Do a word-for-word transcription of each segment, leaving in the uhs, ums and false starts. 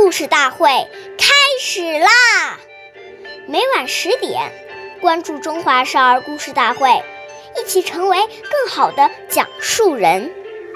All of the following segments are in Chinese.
故事大会开始啦！每晚十点，关注中华少儿故事大会，一起成为更好的讲述人。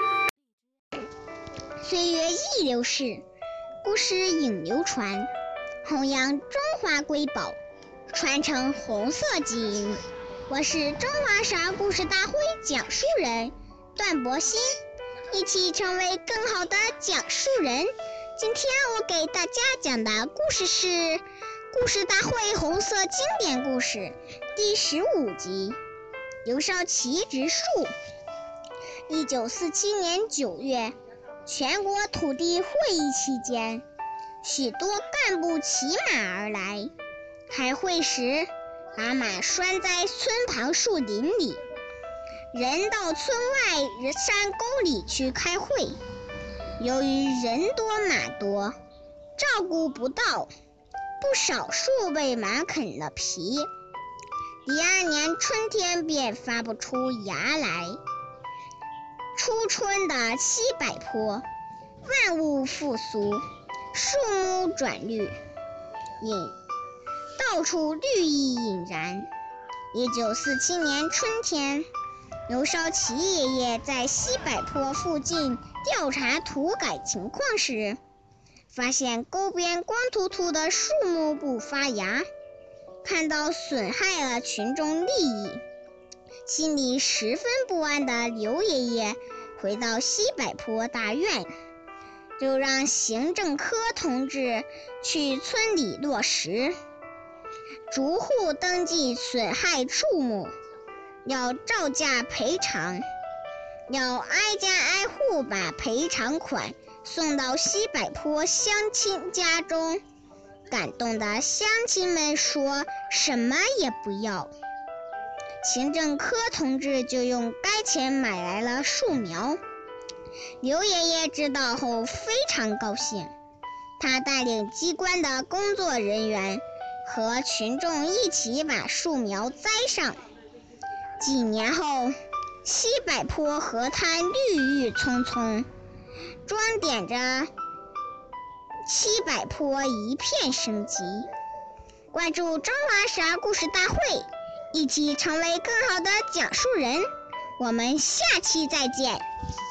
岁月易流逝，故事影流传，弘扬中华瑰宝，传承红色基因。我是中华少儿故事大会讲述人段博鑫，一起成为更好的讲述人。今天我给大家讲的故事是《故事大会红色经典故事》第十五集《刘少奇植树》。一九四七年九月，全国土地会议期间，许多干部骑马而来。开会时，把马拴在村旁树林里，人到村外山沟里去开会。由于人多马多，照顾不到，不少树被马啃了皮。第二年春天便发不出芽来。初春的西柏坡，万物复苏，树木转绿，引到处绿意引然。一九四七年春天，刘少奇爷爷在西柏坡附近调查土改情况时，发现沟边光秃秃的树木不发芽，看到损害了群众利益，心里十分不安的刘爷爷回到西柏坡大院，就让行政科同志去村里落实，逐户登记损害树木，要照价赔偿，要挨家挨户把赔偿款送到西柏坡乡亲家中。感动的乡亲们说什么也不要。行政科同志就用该钱买来了树苗。刘爷爷知道后非常高兴，他带领机关的工作人员和群众一起把树苗栽上。几年后，西柏坡河滩绿郁葱葱，装点着西柏坡一片生机。关注中华少儿故事大会，一起成为更好的讲述人。我们下期再见。